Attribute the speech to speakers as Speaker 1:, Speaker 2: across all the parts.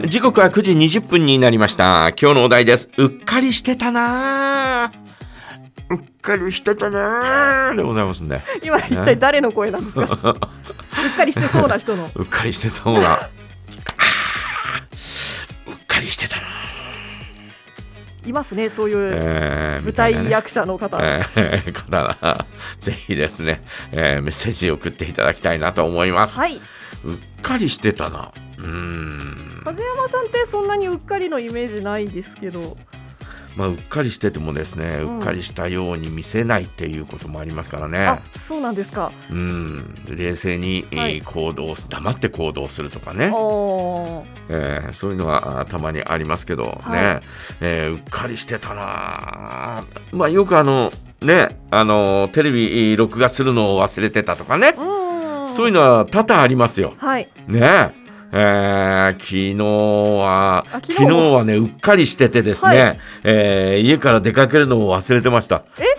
Speaker 1: 時刻は9時20分になりました。今日のお題です。うっかりしてたなうっかりしてたなでございますんで。
Speaker 2: 今一体誰の声なんですか？うっかりしてそうな人の。
Speaker 1: うっかりしてそうなうっかりしてたな。
Speaker 2: いますね、そういう舞台役者の方、
Speaker 1: ぜひですね、メッセージを送っていただきたいなと思います。
Speaker 2: はい、
Speaker 1: うっかりしてたな。
Speaker 2: 梶山さんってそんなにうっかりのイメージないですけど、
Speaker 1: うっかりしててもですね、うっかりしたように見せないっていうこともありますからね。
Speaker 2: あ、そうなんですか。
Speaker 1: 冷静に、黙って行動するとかね、そういうのはたまにありますけどね、うっかりしてたな。よくテレビ録画するのを忘れてたとかね、そういうのは多々ありますよ。ね。昨日はね、うっかりしててですね、家から出かけるのを忘れてました。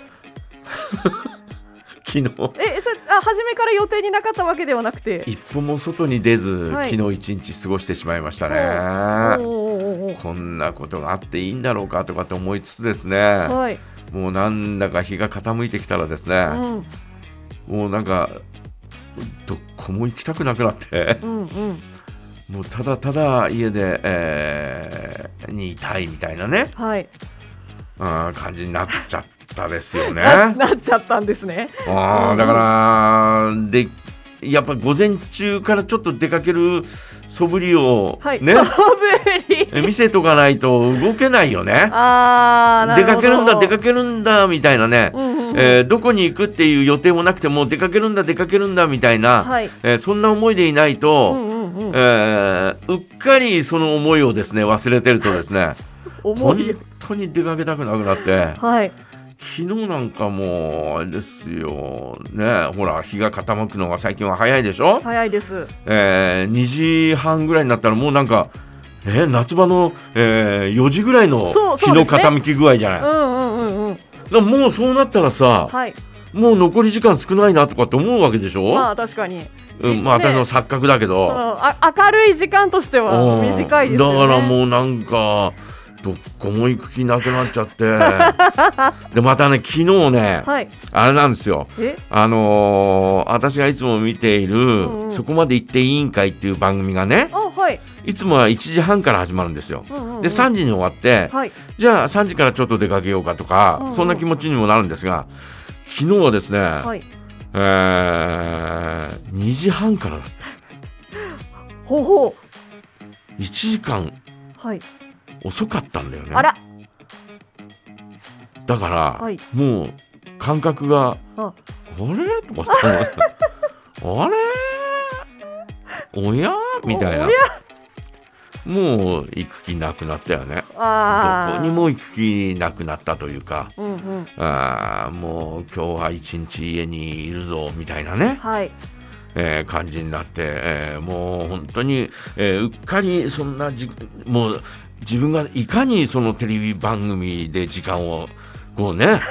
Speaker 1: 昨日
Speaker 2: それ初めから予定になかったわけではなくて、
Speaker 1: 一歩も外に出ず、昨日一日過ごしてしまいましたね。こんなことがあっていいんだろうかとかって思いつつですね、もうなんだか日が傾いてきたらですね、もうなんかどこも行きたくなくなってもうただただ家で、にいたいみたいなね、感じになっちゃったですよね。
Speaker 2: なっちゃったんですね。
Speaker 1: だからやっぱ午前中からちょっと出かける素振りを、見せとかないと動けないよね。出かけるんだみたいなね、どこに行くっていう予定もなくても出かけるんだみたいな、そんな思いでいないと、うっかりその思いをですね忘れてるとですね本当に出かけたくなくなって、昨日なんかもあれですよね、ほら日が傾くのが最近は早いでしょ。
Speaker 2: 早いです。
Speaker 1: 2時半ぐらいになったらもうなんか夏場の、4時ぐらいの日の傾き具合じゃない。もうそうなったらさ、もう残り時間少ないなとかって思うわけでしょ。
Speaker 2: 確かに。
Speaker 1: 私の錯覚だけど、
Speaker 2: 明るい時間としては短いですよね。
Speaker 1: だからもうなんかどっこも行く気なくなっちゃってでまたね昨日ね、あれなんですよ、私がいつも見ている、そこまで行って委員会っていう番組がね、いつもは1時半から始まるんですよ。で3時に終わって、じゃあ3時からちょっと出かけようかとか、そんな気持ちにもなるんですが、昨日はですね、2時半からだった。1時間遅かったんだよね。だから、もう感覚があれとかってあれおやみたいな、もう行く気なくなったよね。どこにも行く気なくなったというか、もう今日は一日家にいるぞみたいなね、感じになって、もう本当に、うっかりそんなもう自分がいかにそのテレビ番組で時間をこうね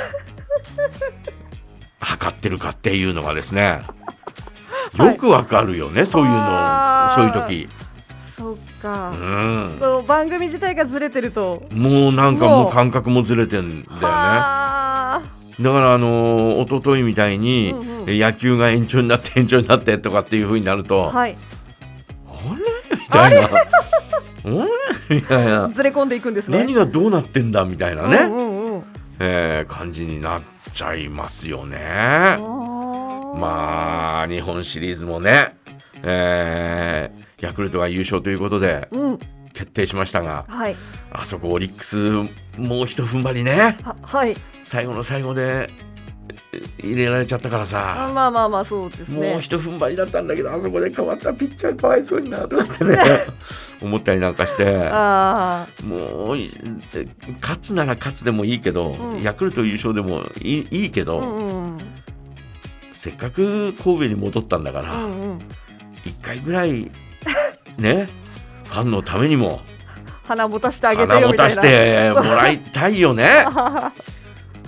Speaker 1: 測ってるかっていうのがですねよくわかるよね、そういう時。
Speaker 2: そうか、そう番組自体がずれてると
Speaker 1: もうなんかもう感覚もずれてんだよね。だから一昨日みたいに、野球が延長になってとかっていう風になると、あれみたいなみたいな、
Speaker 2: ずれ込んでいくんですね。
Speaker 1: 何がどうなってんだみたいなね、感じになっちゃいますよね。日本シリーズもね、ヤクルトが優勝ということで決定しましたが、あそこオリックスもう一踏ん張りね、最後の最後で入れられちゃったからさ、
Speaker 2: そうですね、
Speaker 1: もう一踏ん張りだったんだけど、あそこで変わったピッチャーかわいそうになとかってね思ったりなんかして、もう勝つなら勝つでもいいけど、ヤクルト優勝でもいいけど、せっかく神戸に戻ったんだから、1回ぐらいね、ファンのためにも
Speaker 2: 花持たしてあげてよみたいな、
Speaker 1: 花持たしてもらいたいよね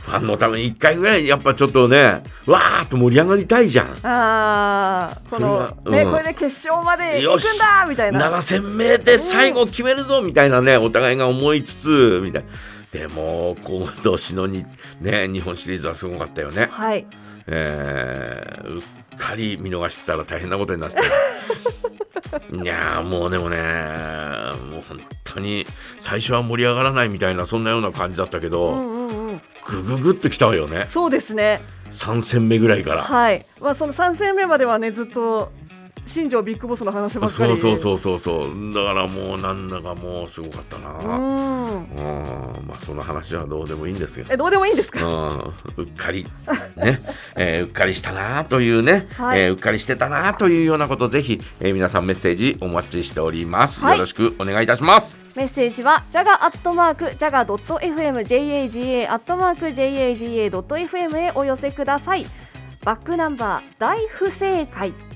Speaker 1: ファンのために1回ぐらいやっぱちょっとねわーっと盛り上がりたいじゃん。
Speaker 2: これで決勝まで行くんだみたいな、
Speaker 1: 7000名で最後決めるぞみたいなね、お互いが思いつつみたいな。でも今年の日本シリーズはすごかったよね。
Speaker 2: はい、
Speaker 1: うっかり見逃してたら大変なことになっていやもうでもね、もう本当に最初は盛り上がらないみたいなそんなような感じだったけど、グググっときたわよね。
Speaker 2: そうですね、
Speaker 1: 3戦目ぐらいから、
Speaker 2: はい、その3戦目まではねずっと新庄ビッグボスの話ばっかり。
Speaker 1: そうだからもうなんだかもうすごかったな。その話はどうでもいいんですよ。
Speaker 2: どうでもいいんですか。
Speaker 1: うっかりね、うっかりしたなというね、うっかりしてたなというようなことぜひ、皆さんメッセージお待ちしております、よろしくお願いいたします。
Speaker 2: メッセージは jaga@jaga.fm jaga@jaga.fm へお寄せください。バックナンバー大不正解。